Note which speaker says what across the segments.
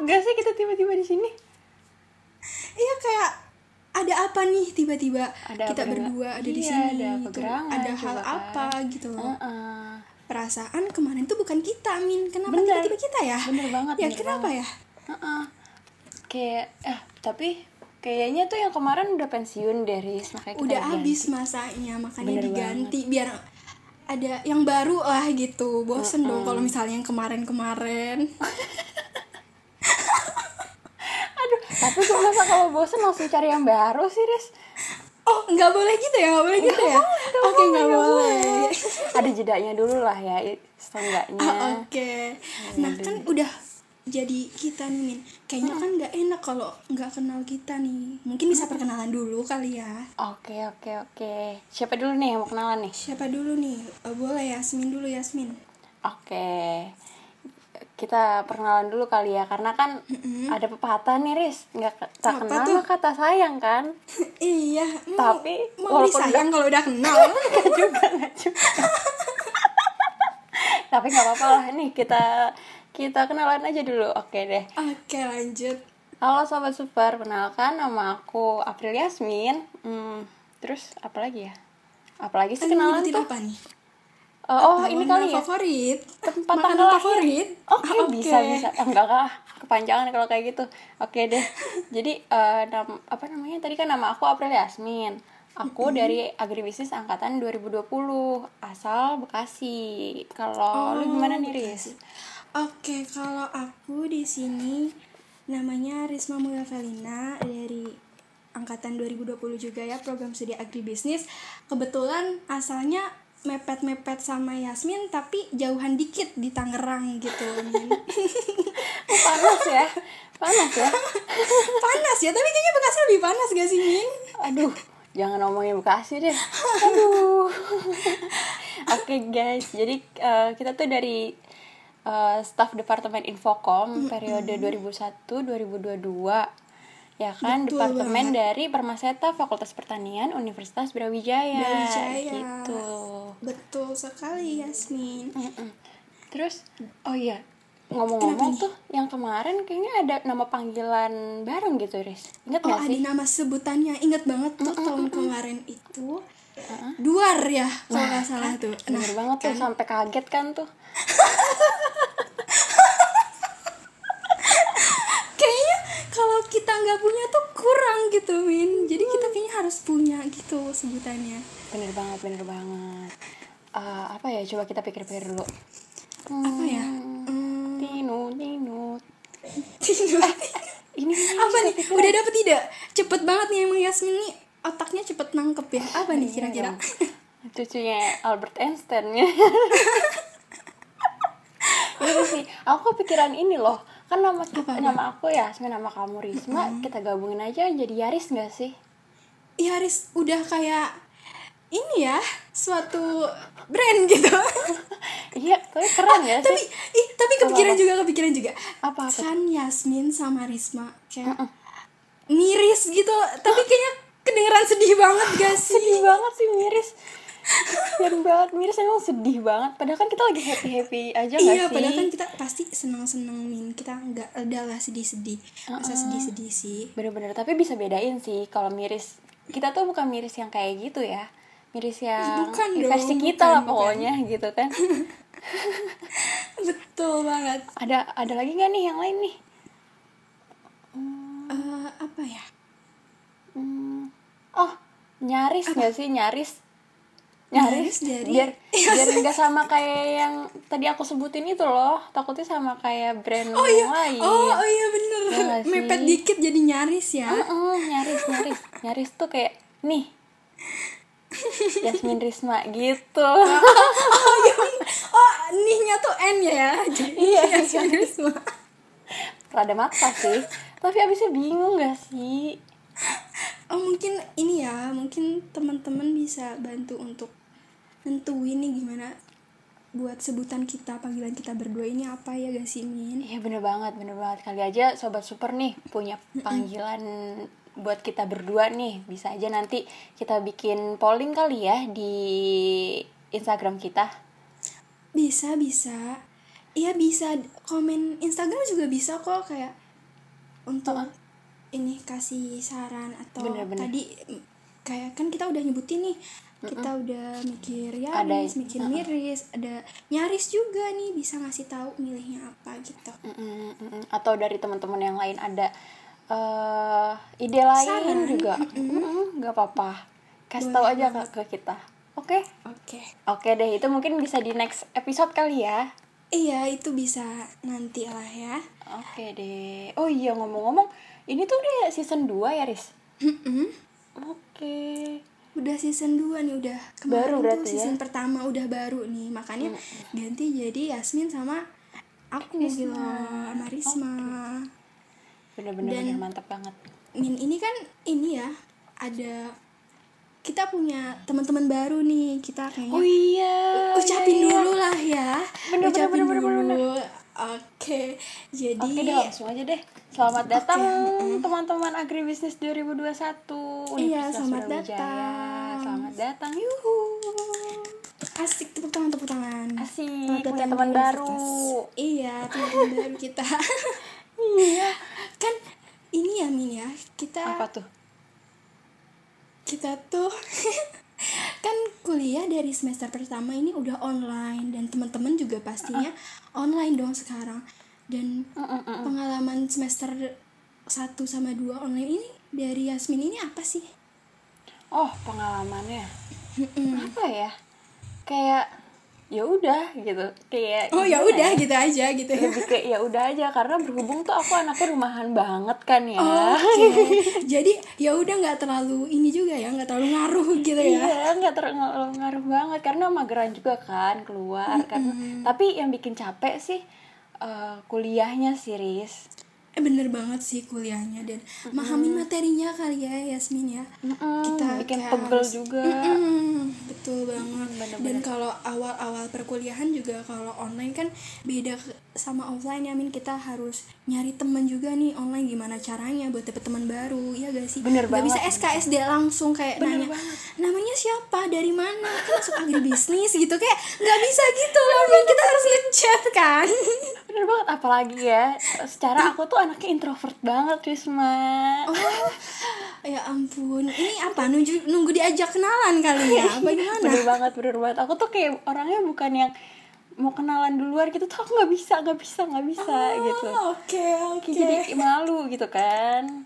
Speaker 1: gak sih kita tiba-tiba di sini?
Speaker 2: Iya, kayak ada apa nih tiba-tiba
Speaker 1: Ada
Speaker 2: kita berdua ada di sini
Speaker 1: ada
Speaker 2: gitu.
Speaker 1: pegerangan,
Speaker 2: Ada hal
Speaker 1: coba kan.
Speaker 2: apa gitu loh. Perasaan kemarin tuh bukan kita, Min. Kenapa
Speaker 1: Bener.
Speaker 2: tiba-tiba kita ya?
Speaker 1: Bener banget,
Speaker 2: Ya
Speaker 1: bener
Speaker 2: kenapa
Speaker 1: banget.
Speaker 2: ya?
Speaker 1: Kayak tapi kayaknya tuh yang kemarin udah pensiun deh, Riz. Makanya kita
Speaker 2: Udah
Speaker 1: diganti.
Speaker 2: habis masanya, makanya
Speaker 1: Bener
Speaker 2: diganti biar ada yang baru lah gitu. Bosen dong kalau misalnya yang kemarin-kemarin.
Speaker 1: Aduh, tapi kok masa kalau bosen langsung cari yang baru sih, Riz?
Speaker 2: Oh, nggak boleh gitu ya? Nggak boleh gitu ya? Oke, nggak boleh.
Speaker 1: Ada jedanya dulu lah ya, setengahnya.
Speaker 2: Oke. Nah, kan udah jadi kita nih, Min. Kayaknya kan nggak enak kalau nggak kenal kita nih. Mungkin bisa perkenalan dulu kali ya.
Speaker 1: Oke. Siapa dulu nih yang mau kenalan nih?
Speaker 2: Siapa dulu nih? Boleh Yasmin dulu, Yasmin.
Speaker 1: Oke. Kita perkenalan dulu kali ya, karena kan ada pepatah nih, Riz. Nggak tak
Speaker 2: Apa
Speaker 1: kenal
Speaker 2: tuh?
Speaker 1: maka kata sayang kan.
Speaker 2: Iya.
Speaker 1: Tapi
Speaker 2: mau
Speaker 1: walaupun
Speaker 2: disayang kalau udah kenal.
Speaker 1: Nggak juga. Tapi nggak apa-apa lah nih, kita kenalan aja dulu. Oke deh.
Speaker 2: Oke, lanjut.
Speaker 1: Halo Sobat Super, perkenalkan nama aku April Yasmin. Terus apa lagi ya? Apalagi sih kenalan
Speaker 2: Nyebutin
Speaker 1: tuh?
Speaker 2: apa nih?
Speaker 1: Ini kali ya.
Speaker 2: Favorit.
Speaker 1: Tempat
Speaker 2: Makanan
Speaker 1: tanggal lahir.
Speaker 2: favorit.
Speaker 1: Oke, bisa. Enggak kah? Kepanjangan kalau kayak gitu. Oke deh. Jadi apa namanya? Tadi kan nama aku April Yasmin. Aku dari Agribisnis angkatan 2020, asal Bekasi. Kalau lu gimana nih, Riz?
Speaker 2: Oke, kalau aku di sini namanya Risma Mulia Felina dari angkatan 2020 juga ya, program studi agribisnis. Kebetulan asalnya mepet-mepet sama Yasmin tapi jauhan dikit di Tangerang gitu.
Speaker 1: Panas ya? Panas
Speaker 2: Ya, tapi kayaknya Bekasi lebih panas gak sih, Min?
Speaker 1: Aduh, jangan ngomongin Bekasi deh. Aduh. Oke guys, jadi kita tuh dari staf Departemen Infokom periode 2001-2022. Ya kan,
Speaker 2: Betul
Speaker 1: departemen
Speaker 2: banget.
Speaker 1: dari Permaseta Fakultas Pertanian Universitas Brawijaya. Gitu.
Speaker 2: Betul sekali, Yasmin.
Speaker 1: Terus, oh iya, ngomong-ngomong tuh, yang kemarin kayaknya ada nama panggilan bareng gitu, Riz. Ingat
Speaker 2: Oh,
Speaker 1: gak
Speaker 2: ada
Speaker 1: sih?
Speaker 2: nama sebutannya. Ingat banget tuh tahun kemarin itu. Duar ya, kalau nggak salah tuh.
Speaker 1: Bener banget tuh, sampai kaget kan tuh.
Speaker 2: Kayaknya kalau kita nggak punya tuh kurang gitu, Min. Jadi kita kayaknya harus punya gitu sebutannya.
Speaker 1: Bener banget. Apa ya, coba kita pikir-pikir dulu.
Speaker 2: Apa ya?
Speaker 1: Tinut. Ini
Speaker 2: Apa nih? Udah dapet ide? Cepet banget nih emang Yasmin nih. Otaknya cepet nangkep ya. Apa nih kira-kira?
Speaker 1: Cucunya Albert Einstein ya. Ini sih, aku kepikiran ini loh. Kan nama aku ya, nama kamu Risma, kita gabungin aja jadi Yaris gak sih?
Speaker 2: Yaris udah kayak ini ya, suatu brand gitu.
Speaker 1: Iya, tapi keren ya sih.
Speaker 2: Tapi kepikiran juga.
Speaker 1: Apa?
Speaker 2: Kan Yasmin sama Risma kayak miris gitu, tapi kayaknya kedengeran sedih banget gak sih?
Speaker 1: Sedih banget sih, miris. Sedih banget, miris emang sedih banget. Padahal kan kita lagi happy aja gak
Speaker 2: Iya,
Speaker 1: sih?
Speaker 2: padahal kan kita pasti seneng-seneng, Min. Kita nggak adalah sedih-sedih. Masa sedih-sedih sih?
Speaker 1: Bener-bener, tapi bisa bedain sih kalau miris. Kita tuh bukan miris yang kayak gitu ya. Miris yang
Speaker 2: Bukan
Speaker 1: versi
Speaker 2: dong,
Speaker 1: kita
Speaker 2: bukan,
Speaker 1: lah pokoknya gitu kan.
Speaker 2: Betul banget.
Speaker 1: Ada lagi nggak nih yang lain nih?
Speaker 2: Apa ya?
Speaker 1: Oh, nyaris nggak sih, nyaris
Speaker 2: dari-
Speaker 1: biar nggak sama kayak yang tadi aku sebutin itu loh. Takutnya sama kayak brand yang lain.
Speaker 2: Oh iya bener.
Speaker 1: Ya nggak sih?
Speaker 2: Mepet dikit jadi nyaris ya.
Speaker 1: Nyaris tuh kayak nih Yasmin Risma gitu.
Speaker 2: Oh, nih-nya tuh N ya. Jadi
Speaker 1: Iya,
Speaker 2: Yasmin Risma.
Speaker 1: Rada maksa sih, tapi abisnya bingung gak sih?
Speaker 2: Oh, mungkin ini ya, mungkin teman-teman bisa bantu untuk nentuin nih gimana buat sebutan kita, panggilan kita berdua ini apa ya gak sih, Min?
Speaker 1: Iya bener banget. Kali aja Sobat Super nih punya panggilan buat kita berdua nih. Bisa aja nanti kita bikin polling kali ya di Instagram kita.
Speaker 2: Bisa. Iya bisa, komen Instagram juga bisa kok, kayak untuk ini kasih saran atau
Speaker 1: Bener-bener.
Speaker 2: tadi kayak kan kita udah nyebutin nih, kita udah mikir Yaris, mikir Miris, ada Nyaris juga nih bisa ngasih tahu milihnya apa gitu.
Speaker 1: Atau dari teman-teman yang lain ada ide lain
Speaker 2: Saran.
Speaker 1: juga, nggak apa-apa, kasih tahu aja ke kita. Oke deh, itu mungkin bisa di next episode kali ya.
Speaker 2: Iya, itu bisa nanti lah ya.
Speaker 1: Oke deh. Oh iya, ngomong-ngomong, ini tuh udah season 2 ya, Riz? Oke.
Speaker 2: Udah season 2 nih, udah
Speaker 1: Baru
Speaker 2: kemarin
Speaker 1: berarti
Speaker 2: tuh season pertama udah baru nih, makanya ganti jadi Yasmin sama aku gitu, sama Risma.
Speaker 1: Bener-bener mantap banget.
Speaker 2: Min ini kan ini ya, ada kita punya teman-teman baru nih, kita kayaknya
Speaker 1: Oh iya.
Speaker 2: ucapin dulu lah ya. Ucapin
Speaker 1: Bener.
Speaker 2: dulu. Oke, jadi
Speaker 1: Oke deh, langsung aja deh. Selamat datang teman-teman Agribisnis 2021.
Speaker 2: Iya,
Speaker 1: Universitas
Speaker 2: selamat
Speaker 1: Brawijaya.
Speaker 2: datang.
Speaker 1: Selamat datang. Yuhu.
Speaker 2: asik, tepuk tangan.
Speaker 1: Asik,
Speaker 2: Selamat
Speaker 1: punya
Speaker 2: datang
Speaker 1: teman
Speaker 2: di
Speaker 1: baru.
Speaker 2: universitas. Iya, teman baru kita.
Speaker 1: Iya.
Speaker 2: Kan ini ya Min ya,
Speaker 1: Apa tuh?
Speaker 2: kita tuh kan kuliah dari semester pertama ini udah online, dan teman-teman juga pastinya online dong sekarang. Dan pengalaman semester 1 sama 2 online ini dari Yasmin ini apa sih?
Speaker 1: Oh, pengalamannya. Apa ya? Kayak ya udah gitu. Kayak
Speaker 2: Oh ya
Speaker 1: gimana
Speaker 2: udah gitu aja gitu ya.
Speaker 1: Lebih kayak ya udah aja, karena berhubung tuh aku anaknya rumahan banget kan ya.
Speaker 2: Oke. Jadi ya udah nggak terlalu ini juga ya, nggak terlalu ngaruh gitu ya.
Speaker 1: Iya, nggak terlalu ngaruh banget karena mageran juga kan keluar kan. Tapi yang bikin capek sih kuliahnya sih, Riz.
Speaker 2: Bener banget sih kuliahnya, dan mahamin materinya kali ya Yasmin ya. Kita
Speaker 1: bikin
Speaker 2: kayak
Speaker 1: pegel
Speaker 2: harus-
Speaker 1: juga.
Speaker 2: Betul banget. Dan kalau awal-awal perkuliahan juga kalau online kan beda sama offline ya Min, kita harus nyari teman juga nih online, gimana caranya buat dapet teman baru ya gak sih?
Speaker 1: Bener
Speaker 2: Gak bisa
Speaker 1: banget,
Speaker 2: SKSD langsung kayak nanya namanya siapa, dari mana, kan masuk agribisnis gitu, kayak nggak bisa gitu loh Min, kita harus ngechat kan.
Speaker 1: Bener banget, apalagi ya secara aku tuh anaknya introvert banget, Risma.
Speaker 2: Oh, ya ampun. Ini apa? Nunggu diajak kenalan kali ya? Apa gimana?
Speaker 1: Bener banget. Aku tuh kayak orangnya bukan yang mau kenalan duluan gitu tuh, aku nggak bisa gitu.
Speaker 2: Oke.
Speaker 1: Jadi malu gitu kan.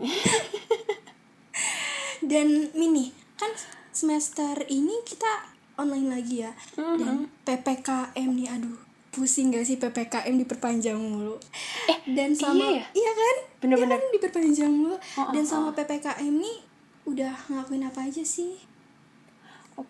Speaker 2: Dan Mini, kan semester ini kita online lagi ya. Dan PPKM nih, aduh, pusing gak sih PPKM diperpanjang mulu. Dan sama
Speaker 1: iya
Speaker 2: kan?
Speaker 1: Bener-bener.
Speaker 2: Iya kan, diperpanjang mulu. Dan sama PPKM nih udah ngelakuin apa aja sih?
Speaker 1: Oh,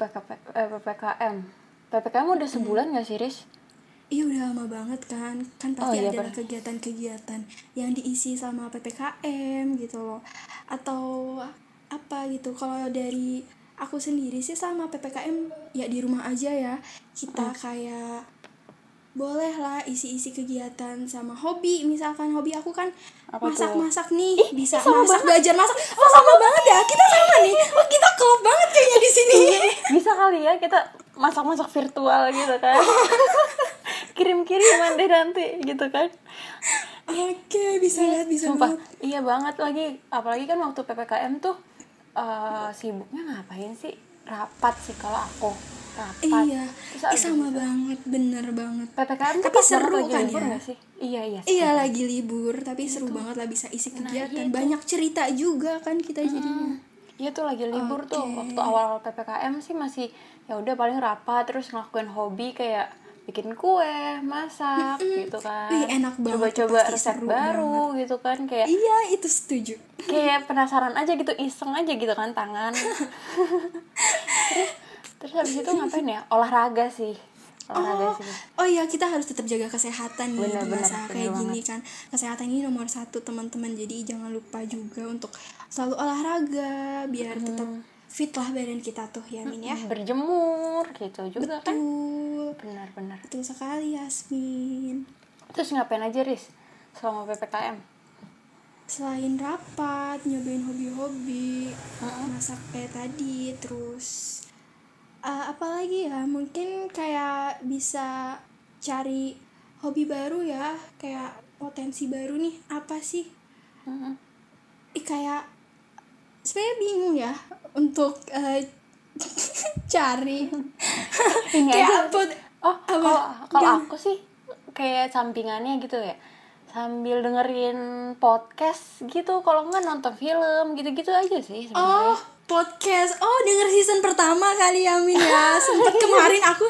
Speaker 1: PPKM udah sebulan gak sih, Riz?
Speaker 2: Iya udah lama banget kan pasti
Speaker 1: iya,
Speaker 2: ada kegiatan-kegiatan yang diisi sama PPKM gitu loh, atau apa gitu. Kalau dari aku sendiri sih sama PPKM ya di rumah aja ya, kita kayak boleh lah isi-isi kegiatan sama hobi. Misalkan hobi aku kan masak-masak nih, bisa masak, belajar masak. Oh sama banget ya, kita sama nih. Oh kita klop banget kayaknya di sini.
Speaker 1: Bisa kali ya kita masak-masak virtual gitu kan. Kirim-kiriman deh nanti gitu kan.
Speaker 2: Oke, bisa lihat, bisa
Speaker 1: Sumpah,
Speaker 2: banget.
Speaker 1: iya banget lagi. Apalagi kan waktu PPKM tuh sibuknya ngapain sih? Rapat sih kalau aku. Rapat.
Speaker 2: Iya,
Speaker 1: Terus
Speaker 2: sama banget, bener banget.
Speaker 1: PPKM tuh
Speaker 2: Tapi
Speaker 1: pas
Speaker 2: seru
Speaker 1: banget lagi
Speaker 2: kan
Speaker 1: libur
Speaker 2: ya?
Speaker 1: nggak sih? Iya.
Speaker 2: Iya lagi libur, tapi seru banget lah, bisa isi kegiatan. Banyak cerita juga kan kita jadinya.
Speaker 1: Iya tuh lagi libur tuh. Waktu awal PPKM sih masih ya udah paling rapat, terus ngelakuin hobi kayak bikin kue, masak gitu kan.
Speaker 2: Wih, enak banget.
Speaker 1: Coba-coba
Speaker 2: Pasti
Speaker 1: resep
Speaker 2: seru
Speaker 1: baru gitu kan, kayak
Speaker 2: Iya, itu setuju.
Speaker 1: kayak penasaran aja gitu, iseng aja gitu kan tangan. terus habis itu ngapain ya? Olahraga sih.
Speaker 2: Oh iya, kita harus tetap jaga kesehatan nih di masa
Speaker 1: bener
Speaker 2: kayak gini kan. Kesehatan ini nomor 1 teman-teman. Jadi jangan lupa juga untuk selalu olahraga biar tetap fit lah badan kita tuh ya Min ya.
Speaker 1: Berjemur gitu juga kan. Benar.
Speaker 2: Betul sekali Yasmin.
Speaker 1: Terus ngapain aja, Riz, selama PPKM?
Speaker 2: Selain rapat, nyobain hobi-hobi, masak kayak tadi, terus apalagi ya, mungkin kayak bisa cari hobi baru ya, kayak potensi baru nih, apa sih Kayak sebenarnya bingung ya untuk cari
Speaker 1: Ini
Speaker 2: kayak
Speaker 1: aja.
Speaker 2: apa.
Speaker 1: Kalau aku sih kayak sampingannya gitu ya, sambil dengerin podcast gitu, kalau nggak nonton film gitu-gitu aja sih sebenarnya.
Speaker 2: Podcast. Denger season pertama kali ya Min ya. Sempet kemarin aku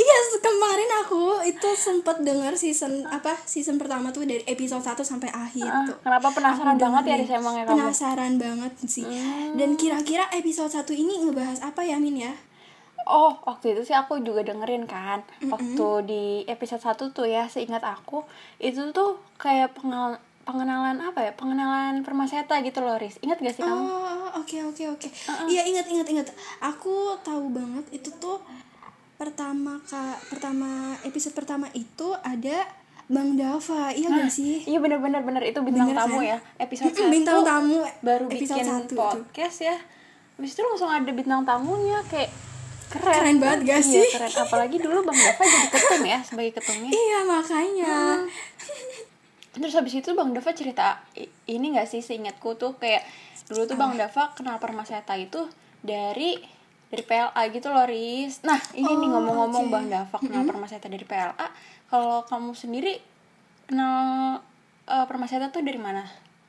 Speaker 2: itu sempet denger season pertama tuh dari episode 1 sampai akhir tuh.
Speaker 1: Kenapa penasaran
Speaker 2: Aku
Speaker 1: banget ya
Speaker 2: dengerin.
Speaker 1: Riz emangnya kamu?
Speaker 2: Penasaran banget sih. Dan kira-kira episode 1 ini ngebahas apa ya Min ya?
Speaker 1: Waktu itu sih aku juga dengerin kan. Waktu di episode 1 tuh ya, seingat aku itu tuh kayak pengenalan Permaseta gitu loh, Riz. Ingat gak sih kamu?
Speaker 2: Oke. Iya, ingat. Aku tahu banget itu tuh pertama episode pertama itu ada Bang Dava. Iya gak sih?
Speaker 1: Iya benar itu bintang
Speaker 2: Bener,
Speaker 1: tamu
Speaker 2: kan?
Speaker 1: ya. Episode 1
Speaker 2: bintang tamu
Speaker 1: baru
Speaker 2: episode
Speaker 1: bikin
Speaker 2: 1
Speaker 1: podcast ya. Habis itu langsung ada bintang tamunya, kayak
Speaker 2: keren banget gak sih?
Speaker 1: Iya, keren. Apalagi dulu Bang Dava jadi ketum ya, sebagai ketumnya.
Speaker 2: Iya, makanya.
Speaker 1: Terus habis itu Bang Dava cerita ini gak sih, seingatku tuh kayak dulu tuh Bang Dava kenal Permaseta itu dari PLA gitu loh, Riz. Nah, ini nih ngomong-ngomong Bang Dava kenal Permaseta dari PLA. Kalau kamu sendiri kenal Permaseta tuh dari mana?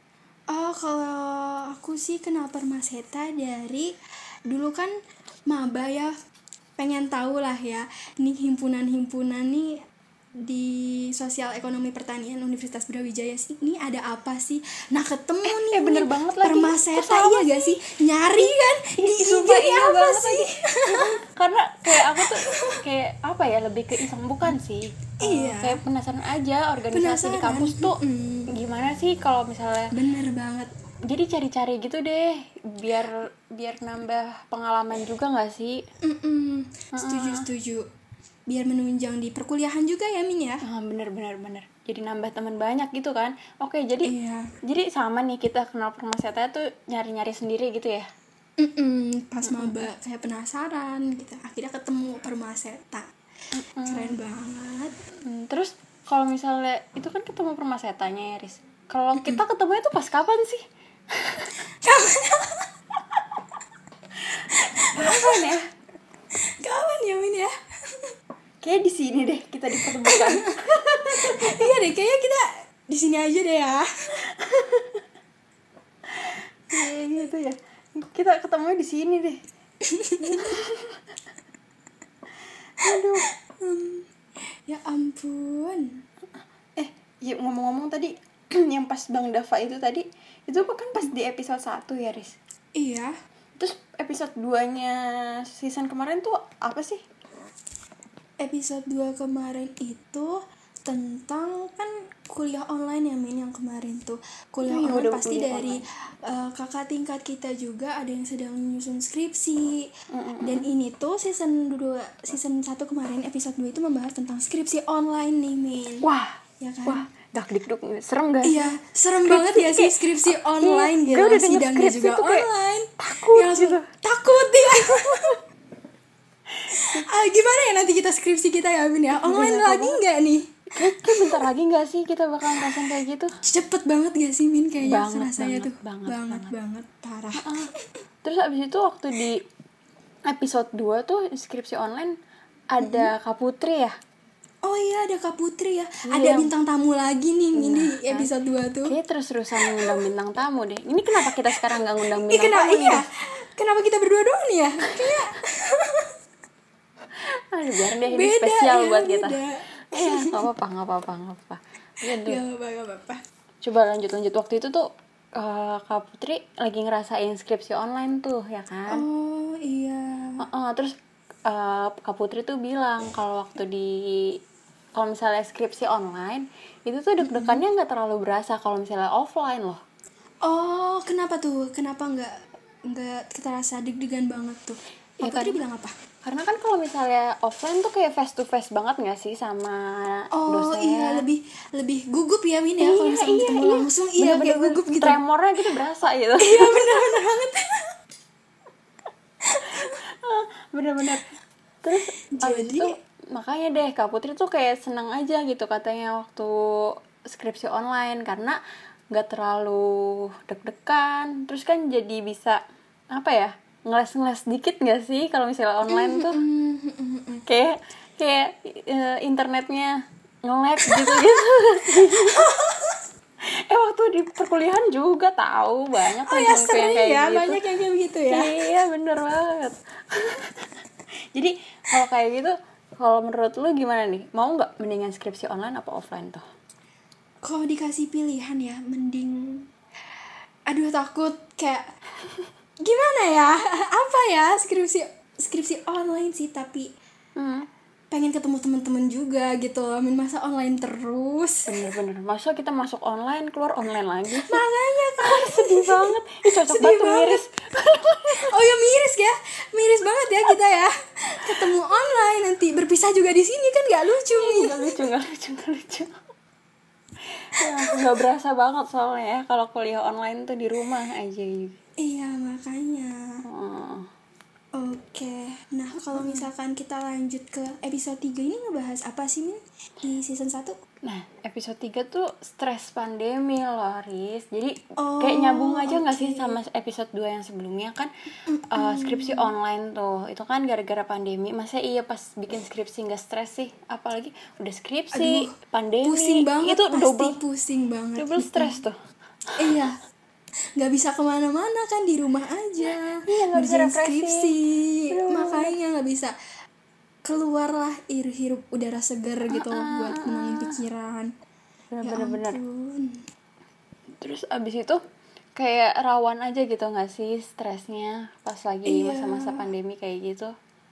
Speaker 2: Kalau aku sih kenal Permaseta dari dulu kan maba ya, pengen tahu lah ya nih himpunan-himpunan nih di Sosial Ekonomi Pertanian Universitas Brawijaya sih, ini ada apa sih? Nah, ketemu nih
Speaker 1: bener banget lagi.
Speaker 2: Permaseta, iya gak sih? Nyari kan di IG-nya apa sih?
Speaker 1: Karena kayak aku tuh kayak apa ya, lebih ke iseng bukan sih.
Speaker 2: Iya.
Speaker 1: Kayak penasaran aja organisasi di kampus tuh gimana sih kalau misalnya.
Speaker 2: Bener banget.
Speaker 1: Jadi cari-cari gitu deh, biar nambah pengalaman juga nggak sih?
Speaker 2: Setuju. Biar menunjang di perkuliahan juga ya Min ya.
Speaker 1: Bener. Jadi nambah teman banyak gitu kan. Oke, jadi sama nih, kita kenal Permaseta tuh nyari-nyari sendiri gitu ya.
Speaker 2: Pas maba kayak penasaran gitu, akhirnya ketemu Permaseta. Keren banget.
Speaker 1: Terus kalau misalnya itu kan ketemu Permasetanya ya, Riz. Kalau kita ketemunya tuh pas kapan sih?
Speaker 2: Kapan ya Min ya?
Speaker 1: Kayak di sini deh kita dipertemukan.
Speaker 2: Iya deh, kayaknya kita di sini aja deh ya.
Speaker 1: Kayak gitu ya. Kita ketemunya di sini deh. Aduh.
Speaker 2: Ya ampun.
Speaker 1: Ya ngomong-ngomong tadi yang pas Bang Dava itu tadi, itu kan pas di episode 1 ya, Riz.
Speaker 2: Iya.
Speaker 1: Terus episode 2-nya season kemarin tuh apa sih?
Speaker 2: Episode 2 kemarin itu tentang kan kuliah online ya Min, yang kemarin tuh kuliah online pasti dari kakak tingkat kita juga ada yang sedang menyusun skripsi. Dan ini tuh season 1 kemarin episode 2 itu membahas tentang skripsi online nih Min.
Speaker 1: Wah,
Speaker 2: ya kan?
Speaker 1: Wah, dak-dikduk, serem gak sih?
Speaker 2: Iya, serem banget ya sih skripsi online gitu. Sidangnya juga online.
Speaker 1: Takut
Speaker 2: ya,
Speaker 1: gitu.
Speaker 2: Takut ya. Gimana ya nanti kita skripsi kita ya Min ya? Online lagi nggak nih?
Speaker 1: Kayak bentar lagi nggak sih kita bakalan ngerasain kayak gitu?
Speaker 2: Cepet banget gak sih Min kayaknya rasanya tuh.
Speaker 1: Banget
Speaker 2: Parah.
Speaker 1: Terus abis itu waktu di episode 2 tuh skripsi online ada Kak Putri ya?
Speaker 2: Oh iya, ada Kak Putri ya. Ada bintang tamu lagi nih Min di episode 2 tuh.
Speaker 1: Kayaknya terus-terusan ngundang bintang tamu deh. Ini kenapa kita sekarang gak ngundang bintang tamu nih?
Speaker 2: Kenapa kita berdua doang nih ya? Kayak
Speaker 1: biar deh ini spesial ya, buat kita.
Speaker 2: Iya,
Speaker 1: gak apa-apa.
Speaker 2: Gak apa-apa.
Speaker 1: Coba lanjut. Waktu itu tuh Kak Putri lagi ngerasain skripsi online tuh, ya kan?
Speaker 2: Oh iya.
Speaker 1: Terus Kak Putri tuh bilang kalau misalnya skripsi online itu tuh deg-degannya nggak terlalu berasa kalau misalnya offline loh.
Speaker 2: Oh, kenapa tuh? Kenapa nggak terasa deg-degan banget tuh? Kak Putri bilang apa?
Speaker 1: Karena kan kalau misalnya offline tuh kayak face to face banget nggak sih sama dosen?
Speaker 2: Oh iya, lebih gugup ya Min ya kalau misalnya ketemu langsung. Iya, kayak gugup gitu.
Speaker 1: Tremornya gitu berasa gitu.
Speaker 2: Iya, benar banget.
Speaker 1: Bener. Terus abis itu makanya deh Kak Putri tuh kayak seneng aja gitu katanya waktu skripsi online, karena nggak terlalu deg-degan, terus kan jadi bisa apa ya, ngeles dikit nggak sih kalau misalnya online tuh kayak internetnya nge-lag gitu. Waktu di perkuliahan juga tahu banyak
Speaker 2: Oh ya,
Speaker 1: temen-temenku
Speaker 2: sering
Speaker 1: yang kayak
Speaker 2: ya,
Speaker 1: gitu.
Speaker 2: banyak yang kayak begitu ya.
Speaker 1: Iya bener banget. Jadi kalau kayak gitu, kalau menurut lu gimana nih, mau nggak mendingan skripsi online apa offline tuh?
Speaker 2: Kalau dikasih pilihan ya, mending, aduh takut kayak gimana ya, apa ya, skripsi online sih, tapi pengen ketemu teman-teman juga gitu loh, masa online terus.
Speaker 1: Bener-bener, masa kita masuk online keluar online lagi?
Speaker 2: Makanya kan
Speaker 1: Sedih banget. Ih, cocok
Speaker 2: Sedih
Speaker 1: banget tuh
Speaker 2: banget.
Speaker 1: miris.
Speaker 2: Oh ya, miris banget ya kita ya, ketemu online nanti berpisah juga di sini kan nggak lucu nih.
Speaker 1: Gak lucu. Ya, gak berasa banget soalnya ya kalau kuliah online tuh di rumah aja gitu.
Speaker 2: Iya makanya.
Speaker 1: Oh.
Speaker 2: Oke, nah kalau misalkan kita lanjut ke episode 3 ini ngebahas apa sih, Min? Di season 1?
Speaker 1: Nah, episode 3 tuh stres pandemi loh, Riz. Jadi
Speaker 2: Oh,
Speaker 1: kayak nyambung aja gak sih
Speaker 2: oke.
Speaker 1: sama episode 2 yang sebelumnya kan. Skripsi online tuh, itu kan gara-gara pandemi. Masa iya pas bikin skripsi gak stres sih? Apalagi udah skripsi,
Speaker 2: Aduh,
Speaker 1: pandemi.
Speaker 2: pusing banget,
Speaker 1: Itu
Speaker 2: pasti pusing banget.
Speaker 1: double stres tuh.
Speaker 2: Iya, nggak bisa kemana-mana kan, di rumah aja.
Speaker 1: Iya, nggak bisa
Speaker 2: ngerjain
Speaker 1: refreshing.
Speaker 2: skripsi,
Speaker 1: Bener.
Speaker 2: makanya nggak bisa keluar lah, hirup udara segar gitu buat menangin pikiran. Ya
Speaker 1: Bener-bener.
Speaker 2: ampun.
Speaker 1: Terus abis itu kayak rawan aja gitu gak sih stresnya pas lagi
Speaker 2: Iya.
Speaker 1: masa-masa pandemi kayak gitu.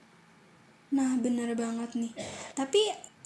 Speaker 2: Nah bener banget nih. Tapi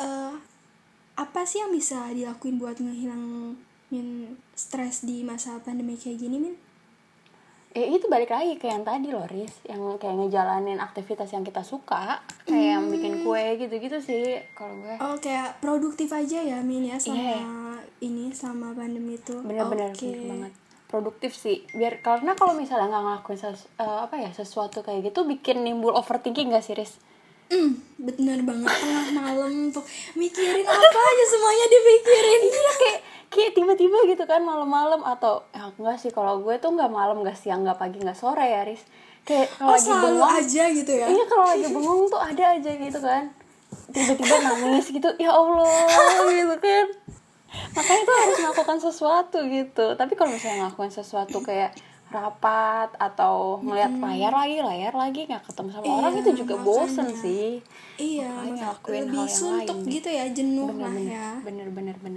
Speaker 2: apa sih yang bisa dilakuin buat ngehilangin stres di masa pandemi kayak gini, Min?
Speaker 1: Itu balik lagi ke yang tadi loh, Riz, yang kayak ngejalanin aktivitas yang kita suka, kayak yang bikin kue gitu-gitu sih kalau gue.
Speaker 2: Oh kayak produktif aja ya, Min, ya, sama
Speaker 1: Iya.
Speaker 2: ini, sama pandemi itu.
Speaker 1: Bener-bener
Speaker 2: Oke.
Speaker 1: bener banget produktif sih, biar karena kalau misalnya nggak ngelakuin sesuatu kayak gitu bikin nimbul overthinking gak sih, Riz?
Speaker 2: Bener banget, tengah malam tuh mikirin apa aja, semuanya dipikirin.
Speaker 1: Iya, kayak tiba-tiba gitu kan malam-malam, atau enggak sih, kalau gue tuh nggak malam nggak siang nggak pagi nggak sore ya, Riz. Kayak kalau lagi
Speaker 2: Selalu
Speaker 1: bengong
Speaker 2: aja gitu ya.
Speaker 1: iya, kalau lagi bengong tuh ada aja gitu kan, tiba-tiba nangis gitu, ya Allah gitu kan. Makanya tuh harus melakukan sesuatu gitu. Tapi kalau misalnya ngelakuin sesuatu kayak rapat atau ngeliat layar lagi nggak ketemu sama orang,
Speaker 2: Iya,
Speaker 1: itu juga bosen
Speaker 2: makanya.
Speaker 1: sih.
Speaker 2: Iya,
Speaker 1: Makanya lakuin
Speaker 2: lebih
Speaker 1: hal yang
Speaker 2: suntuk
Speaker 1: lain deh.
Speaker 2: gitu ya, jenuh lah ya.
Speaker 1: Bener.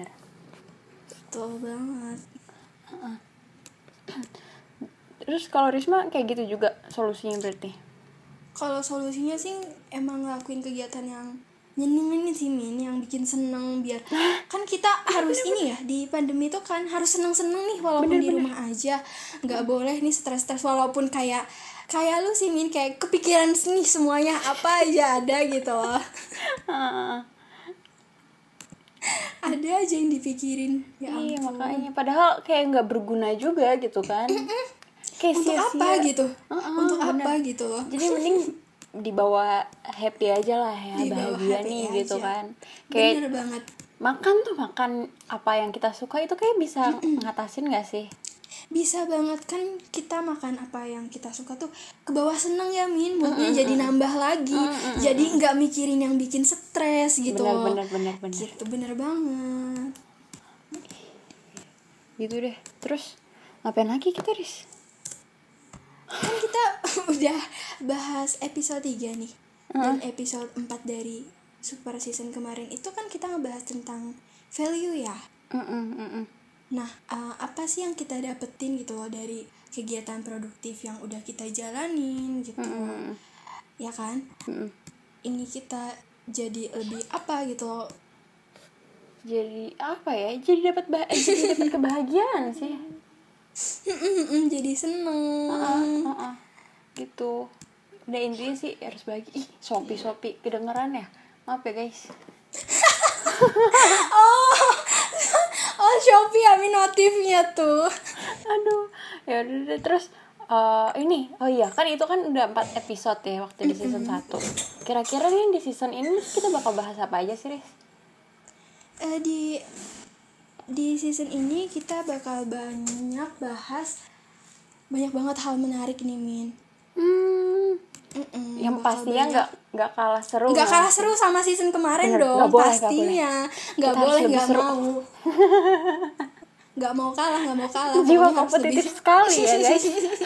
Speaker 2: Betul banget.
Speaker 1: Terus kalau Risma kayak gitu juga solusinya berarti?
Speaker 2: Kalau solusinya sih emang ngelakuin kegiatan yang nyenengin sih, Min, yang bikin seneng, biar kan kita harus ini ya, di pandemi itu kan harus seneng-seneng nih walaupun di rumah aja, nggak boleh nih stres-stres, walaupun kayak lu sih, Min, kayak kepikiran nih semuanya apa aja ada gitu loh. Ada aja yang dipikirin, ya
Speaker 1: Iya,
Speaker 2: ampun.
Speaker 1: makanya padahal kayak nggak berguna juga gitu kan. Kayak
Speaker 2: Untuk
Speaker 1: sia-sia.
Speaker 2: apa gitu, untuk
Speaker 1: bener.
Speaker 2: apa gitu loh.
Speaker 1: Jadi mending dibawa happy aja lah ya,
Speaker 2: Dibawa
Speaker 1: bahagia
Speaker 2: happy
Speaker 1: nih
Speaker 2: aja.
Speaker 1: gitu kan. Kayak
Speaker 2: Bener banget.
Speaker 1: makan apa yang kita suka itu kayak bisa ngatasin gak sih?
Speaker 2: Bisa banget kan, kita makan apa yang kita suka tuh ke bawah seneng ya, Min, moodnya jadi nambah lagi, jadi nggak mikirin yang bikin stres gitu.
Speaker 1: Bener.
Speaker 2: Gitu, bener banget.
Speaker 1: Gitu deh. Terus ngapain lagi kita, Riz?
Speaker 2: Kan kita udah bahas episode 3 nih, dan episode 4 dari super season kemarin itu kan kita ngebahas tentang value ya. Nah, apa sih yang kita dapetin gitu loh dari kegiatan produktif yang udah kita jalanin gitu, ya kan? Ini kita jadi lebih apa gitu loh.
Speaker 1: Jadi apa ya? Jadi dapat kebahagiaan sih.
Speaker 2: Jadi seneng.
Speaker 1: Gitu. Udah intinya sih harus bagi. Shopee kedengeran ya? Maaf ya guys.
Speaker 2: Oh, Shopee ya, Min, notifnya tuh.
Speaker 1: Aduh, ya udah deh. Terus ini, oh iya kan itu kan udah 4 episode ya waktu di season 1. Kira-kira nih di season ini kita bakal bahas apa aja sih, Riz?
Speaker 2: Di di season ini kita bakal banyak banget hal menarik nih, Min.
Speaker 1: Yang pastinya nggak kalah seru.
Speaker 2: Nggak kalah seru sama season kemarin. Bener, dong. Pastinya nggak boleh, nggak mau. Nggak mau kalah.
Speaker 1: Jiwa kompetitif sekali ya guys.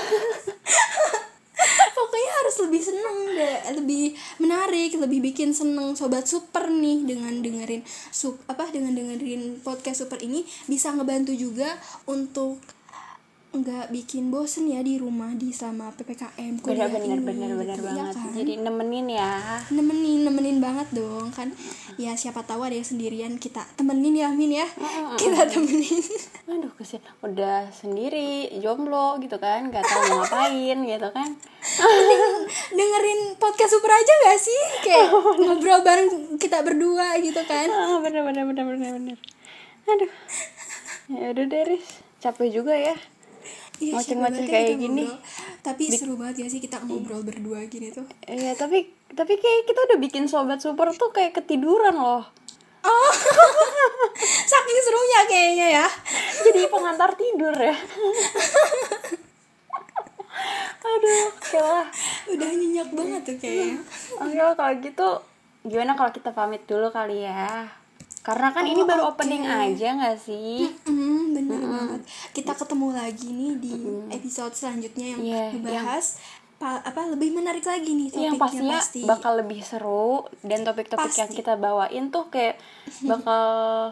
Speaker 2: Pokoknya harus lebih seneng deh, lebih menarik, lebih bikin seneng Sobat Super nih dengan dengerin podcast Super ini bisa ngebantu juga untuk nggak bikin bosen ya di rumah di selama PPKM kuliah ini.
Speaker 1: Bener
Speaker 2: gitu,
Speaker 1: banget.
Speaker 2: Ya kan?
Speaker 1: Jadi
Speaker 2: nemenin banget dong kan. Ya siapa tahu ada yang sendirian, kita temenin ya, Min ya. Kita temenin.
Speaker 1: Aduh kesian, udah sendiri jomblo gitu kan, nggak tahu mau ngapain gitu kan.
Speaker 2: Dengerin podcast Super aja nggak sih, kayak ngobrol bareng kita berdua gitu kan.
Speaker 1: Bener. Aduh, ya udah deh Riz, capek juga ya.
Speaker 2: Iya,
Speaker 1: ngoceh kayak gini.
Speaker 2: Tapi seru banget ya sih kita ngobrol berdua gini tuh.
Speaker 1: Iya, tapi kayak kita udah bikin Sobat Super tuh kayak ketiduran loh.
Speaker 2: Oh. Saking serunya kayaknya ya.
Speaker 1: Jadi pengantar tidur ya. Aduh, lah.
Speaker 2: Udah nyenyak banget tuh kayaknya.
Speaker 1: Oke, kalau gitu gimana kalau kita pamit dulu kali ya? Karena kan ini baru opening aja gak sih?
Speaker 2: Bener banget. Kita ketemu lagi nih di episode selanjutnya yang membahas lebih menarik lagi nih topiknya.
Speaker 1: Yang pastinya bakal lebih seru. Dan topik-topik yang kita bawain tuh kayak bakal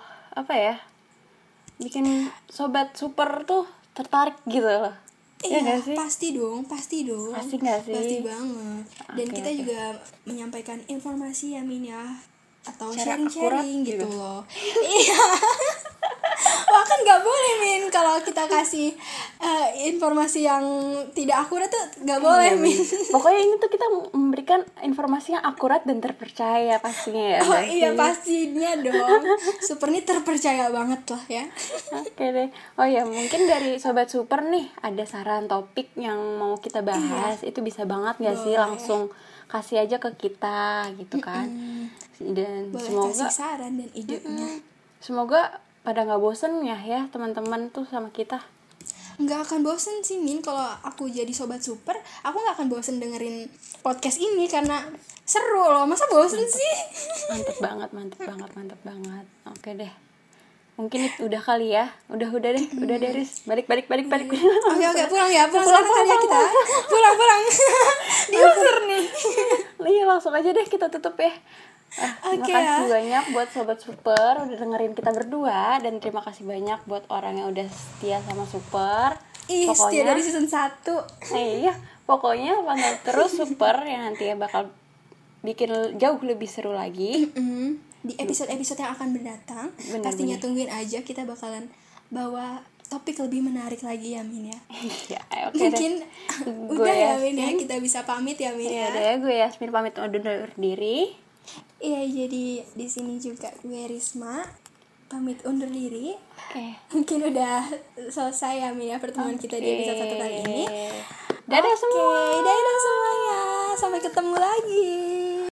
Speaker 1: bikin Sobat Super tuh tertarik gitu loh.
Speaker 2: Iya, pasti dong.
Speaker 1: Pasti gak sih?
Speaker 2: Pasti banget. Dan kita juga menyampaikan informasi ya, Min ya, atau sharing-sharing gitu loh. Iya. Wah, kan nggak boleh, Min, kalau kita kasih informasi yang tidak akurat tuh nggak boleh, Min.
Speaker 1: Pokoknya ini tuh kita memberikan informasi yang akurat dan terpercaya pastinya ya.
Speaker 2: Oh iya, pastinya dong. Super nih terpercaya banget lah ya.
Speaker 1: Oke deh. Oh ya, mungkin dari Sobat Super nih ada saran topik yang mau kita bahas. Itu bisa banget nggak sih, langsung kasih aja ke kita gitu kan. Dan
Speaker 2: boleh
Speaker 1: semoga
Speaker 2: kasih saran dan idenya.
Speaker 1: Semoga pada nggak bosen ya teman-teman tuh sama kita.
Speaker 2: Nggak akan bosen sih, Min. Kalau aku jadi Sobat Super, aku nggak akan bosen dengerin podcast ini karena seru loh. Masa bosen sih?
Speaker 1: Mantep banget. Oke deh, mungkin itu udah kali ya. Udah deh Riz. Balik.
Speaker 2: Oke, pulang sekarang kali ya kita. Pulang. Diusir nih.
Speaker 1: Iya, langsung aja deh kita tutup ya. Terima kasih banyak buat Sobat Super udah dengerin kita berdua. Dan terima kasih banyak buat orang yang udah setia sama Super.
Speaker 2: Pokoknya setia dari season 1.
Speaker 1: Iya, pokoknya pantau terus Super yang nanti bakal bikin jauh lebih seru lagi
Speaker 2: di episode-episode yang akan mendatang. Pastinya tungguin aja, kita bakalan bawa topik lebih menarik lagi ya, Min ya.
Speaker 1: Iya, oke.
Speaker 2: Mungkin udah ya, Min ya, kita bisa pamit ya, Min ya.
Speaker 1: Udah ya, gue Yasmin pamit undur diri.
Speaker 2: Iya, jadi di sini juga gue Risma pamit undur diri.
Speaker 1: Oke.
Speaker 2: Mungkin udah selesai ya, Min ya, pertemuan kita di episode 1 kali ini.
Speaker 1: Dadah semua.
Speaker 2: Dadah semuanya. Sampai ketemu lagi.